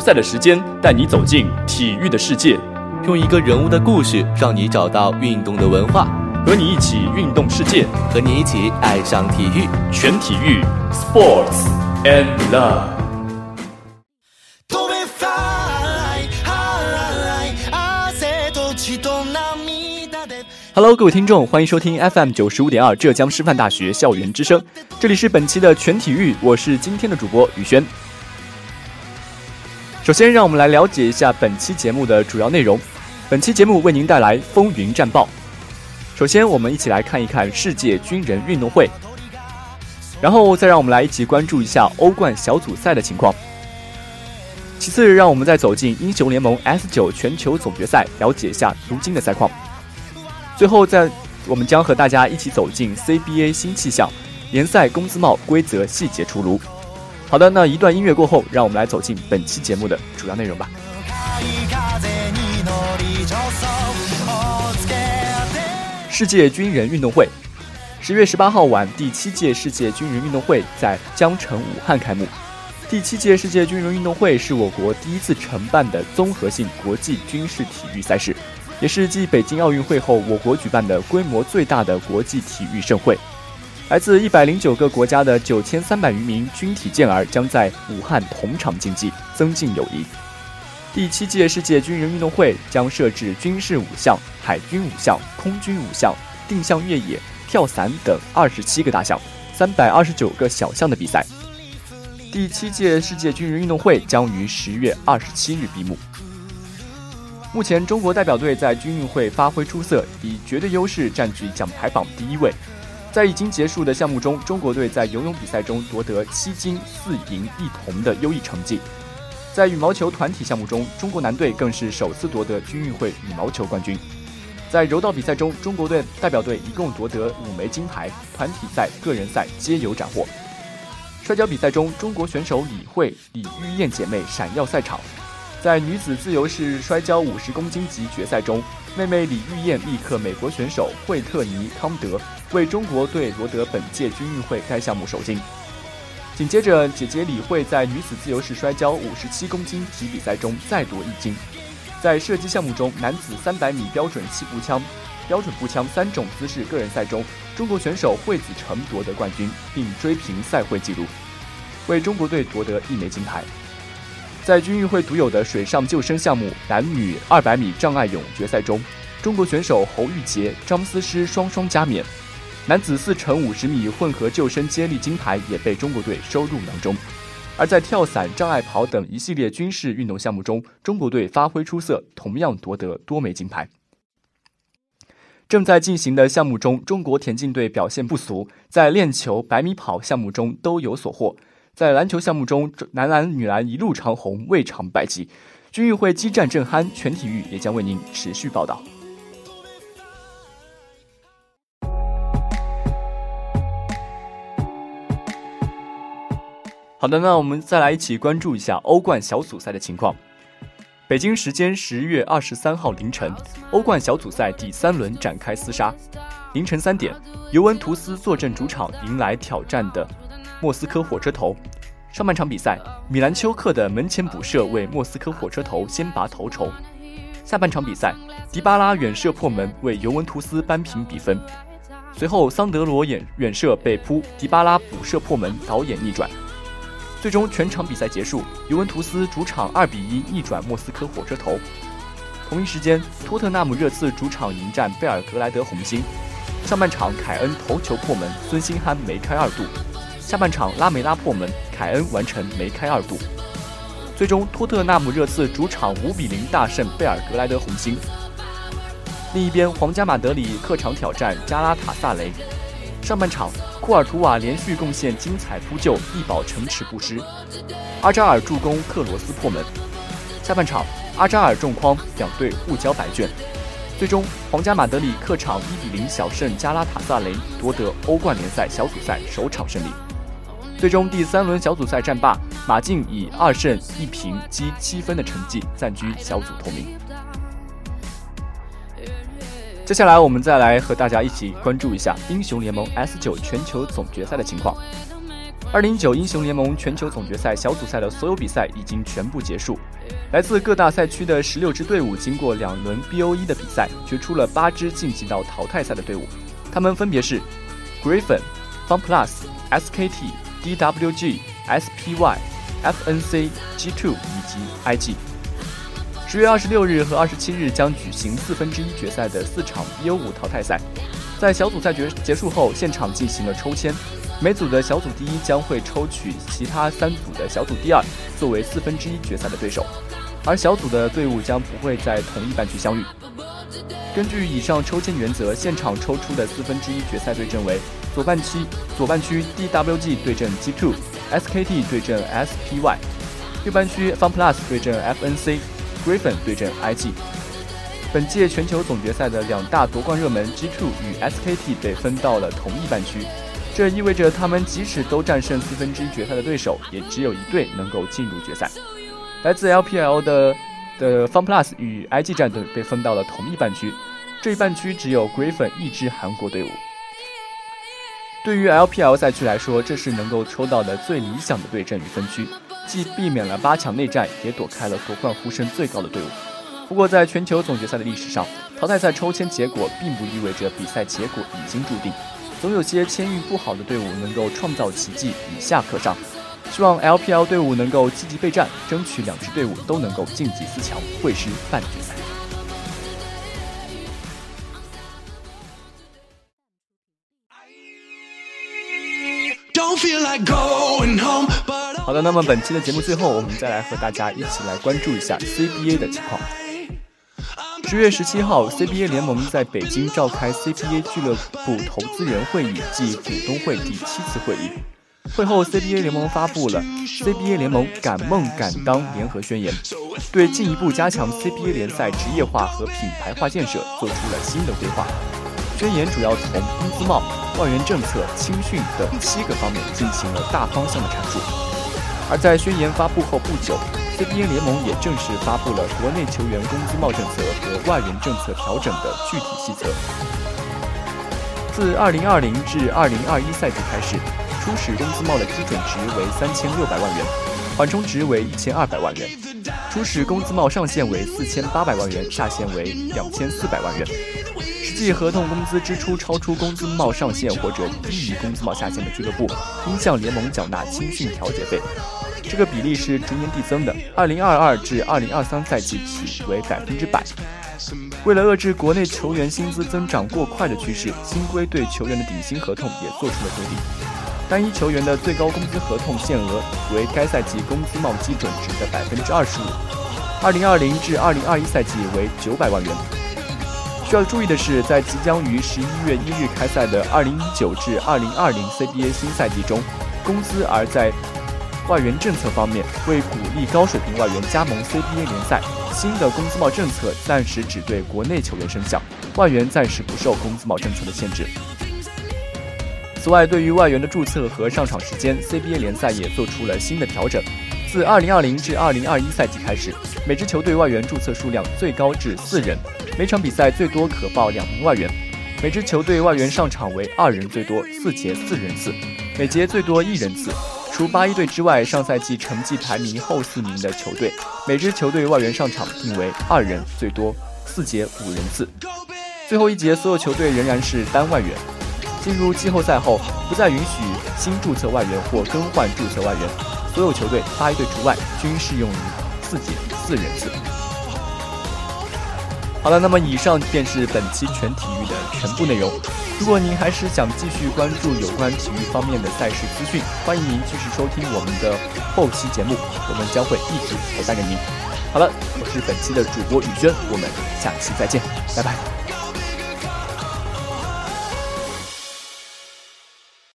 赛的时间带你走进体育的世界， 用一个人物的故事让你找到运动的文化， 和你一起运动世界， 和你一起爱上体育。 全体育 Sports and Love。Hello， 各位听众，欢迎收听 FM 95.2浙江师范大学校园之声，这里是本期的全体育，我是今天的主播宇轩。首先，让我们来了解一下本期节目的主要内容。本期节目为您带来风云战报。首先，我们一起来看一看世界军人运动会，然后再让我们来一起关注一下欧冠小组赛的情况。其次，让我们再走进英雄联盟 S9 全球总决赛，了解一下如今的赛况。最后，我们将和大家一起走进 CBA 新气象，联赛工资帽规则细节出炉。好的，那一段音乐过后，让我们来走进本期节目的主要内容吧。世界军人运动会，10月18号晚，第7届世界军人运动会在江城武汉开幕。第7届世界军人运动会是我国第一次承办的综合性国际军事体育赛事，也是继北京奥运会后我国举办的规模最大的国际体育盛会。来自109个国家的9300余名军体健儿将在武汉同场竞技，增进友谊。第7届世界军人运动会将设置军事5项、海军5项、空军5项、定向越野、跳伞等27个大项，329个小项的比赛。第7届世界军人运动会将于10月27日闭幕。目前，中国代表队在军运会发挥出色，以绝对优势占据奖牌榜第1位。在已经结束的项目中，中国队在游泳比赛中夺得7金4银1铜的优异成绩。在羽毛球团体项目中，中国男队更是首次夺得军运会羽毛球冠军。在柔道比赛中，中国队代表队一共夺得5枚金牌，团体赛、个人赛皆有斩获。摔跤比赛中，中国选手李慧、李玉燕姐妹闪耀赛场。在女子自由式摔跤50公斤级决赛中，妹妹李玉燕力克美国选手惠特尼·康德，为中国队夺得本届军运会该项目首金。紧接着，姐姐李慧在女子自由式摔跤57公斤级比赛中再夺1金。在射击项目中，男子300米标准气步枪、标准步枪3种姿势个人赛中，中国选手惠子成夺得冠军，并追平赛会纪录，为中国队夺得1枚金牌。在军运会独有的水上救生项目男女200米障碍泳决赛中，中国选手侯玉洁、张思诗双双加冕。男子4×50米混合救生接力金牌也被中国队收入囊中。而在跳伞、障碍跑等一系列军事运动项目中，中国队发挥出色，同样夺得多枚金牌。正在进行的项目中，中国田径队表现不俗，在链球、100米跑项目中都有所获。在篮球项目中，男篮、女篮一路长虹，未尝败绩。军运会激战正酣，全体育也将为您持续报道。好的，那我们再来一起关注一下欧冠小组赛的情况。北京时间10月23号凌晨，欧冠小组赛第3轮展开厮杀。凌晨3点，尤文图斯坐镇主场迎来挑战的莫斯科火车头。上半场比赛，米兰丘克的门前补射为莫斯科火车头先拔头筹。下半场比赛，迪巴拉远射破门为尤文图斯扳平比分。随后，桑德罗远射被扑，迪巴拉补射破门，导演逆转。最终全场比赛结束，尤文图斯主场2-1逆转莫斯科火车头。同一时间，托特纳姆热刺主场迎战贝尔格莱德红星。上半场凯恩头球破门，孙兴慟梅开2度。下半场拉梅拉破门，凯恩完成梅开2度。最终托特纳姆热刺主场5-0大胜贝尔格莱德红星。另一边，皇家马德里客场挑战加拉塔萨雷。上半场库尔图瓦连续贡献精彩扑救，力保城池不失。阿扎尔助攻克罗斯破门。下半场阿扎尔中框，两队互交白卷。最终皇家马德里客场1-0小胜加拉塔萨雷，夺得欧冠联赛小组赛首场胜利。最终第3轮小组赛战罢，马竞以2胜1平积7分的成绩暂居小组头名。接下来我们再来和大家一起关注一下英雄联盟 S9 全球总决赛的情况。 2019英雄联盟全球总决赛小组赛的所有比赛已经全部结束，来自各大赛区的16支队伍经过2轮 BOE 的比赛，决出了8支晋级到淘汰赛的队伍，他们分别是 Griffin、FunPlus、SKT、DWG、SPY、FNC、G2 以及 IG。10月26日和27日将举行1/4决赛的4场 BO5 淘汰赛。在小组赛结束后，现场进行了抽签，每组的小组第一将会抽取其他3组的小组第二作为1/4决赛的对手，而小组的队伍将不会在同一半区相遇。根据以上抽签原则，现场抽出的1/4决赛对阵为左半区 DWG 对阵 G2、SKT 对阵 SPY， 右半区 FunPlus 对阵 FNC、Griffin 对阵 IG。本届全球总决赛的2大夺冠热门 G2 与 SKT 被分到了同一半区，这意味着他们即使都战胜1/4决赛的对手，也只有一队能够进入决赛。来自 LPL 的 FunPlus 与 IG 战队被分到了同一半区，这一半区只有 Griffin 一支韩国队伍。对于 LPL 赛区来说，这是能够抽到的最理想的对阵与分区，既避免了8强内战，也躲开了夺冠呼声最高的队伍。不过在全球总决赛的历史上，淘汰赛抽签结果并不意味着比赛结果已经注定，总有些签运不好的队伍能够创造奇迹，以下克上。希望 LPL 队伍能够积极备战，争取2支队伍都能够晋级4强，会师半决赛。好的，那么本期的节目最后，我们再来和大家一起来关注一下 CBA 的情况。10月17号 ，CBA 联盟在北京召开 CBA 俱乐部投资人会议暨股东会第7次会议。会后 ，CBA 联盟发布了 CBA 联盟敢梦敢当联合宣言，对进一步加强 CBA 联赛职业化和品牌化建设做出了新的规划。宣言主要从工资帽、外援政策、青训等7个方面进行了大方向的阐述。而在宣言发布后不久， CBA 联盟也正式发布了国内球员工资帽政策和外援政策调整的具体细则。自2020至2021赛季开始，初始工资帽的基准值为3600万元，缓冲值为1200万元，初始工资帽上限为4800万元，下限为2400万元。实际合同工资支出超出工资帽上限或者低于工资帽下限的俱乐部，应向联盟缴纳青训调节费。这个比例是逐年递增的，2022至2023赛季起为100%。为了遏制国内球员薪资增长过快的趋势，新规对球员的顶薪合同也做出了规定。单一球员的最高工资合同限额为该赛季工资帽基准值的25%，2020至2021赛季为900万元。需要注意的是，在即将于11月1日开赛的2019至2020 CBA 新赛季中，工资而在外援政策方面，为鼓励高水平外援加盟 CBA 联赛，新的工资帽政策暂时只对国内球员生效，外援暂时不受工资帽政策的限制。此外，对于外援的注册和上场时间 ，CBA 联赛也做出了新的调整。自2020至2021赛季开始，每支球队外援注册数量最高至4人，每场比赛最多可报2名外援。每支球队外援上场为2人最多，4节4人次，每节最多1人次。除81队之外，上赛季成绩排名后4名的球队，每支球队外援上场定为2人最多，4节5人次。最后一节所有球队仍然是单外援。进入季后赛后，不再允许新注册外援或更换注册外援，所有球队81队除外均适用于4节4人次。好了，那么以上便是本期全体育的全部内容。如果您还是想继续关注有关体育方面的赛事资讯，欢迎您继续收听我们的后期节目，我们将会一直陪伴着您。好了，我是本期的主播宇轩，我们下期再见，拜拜。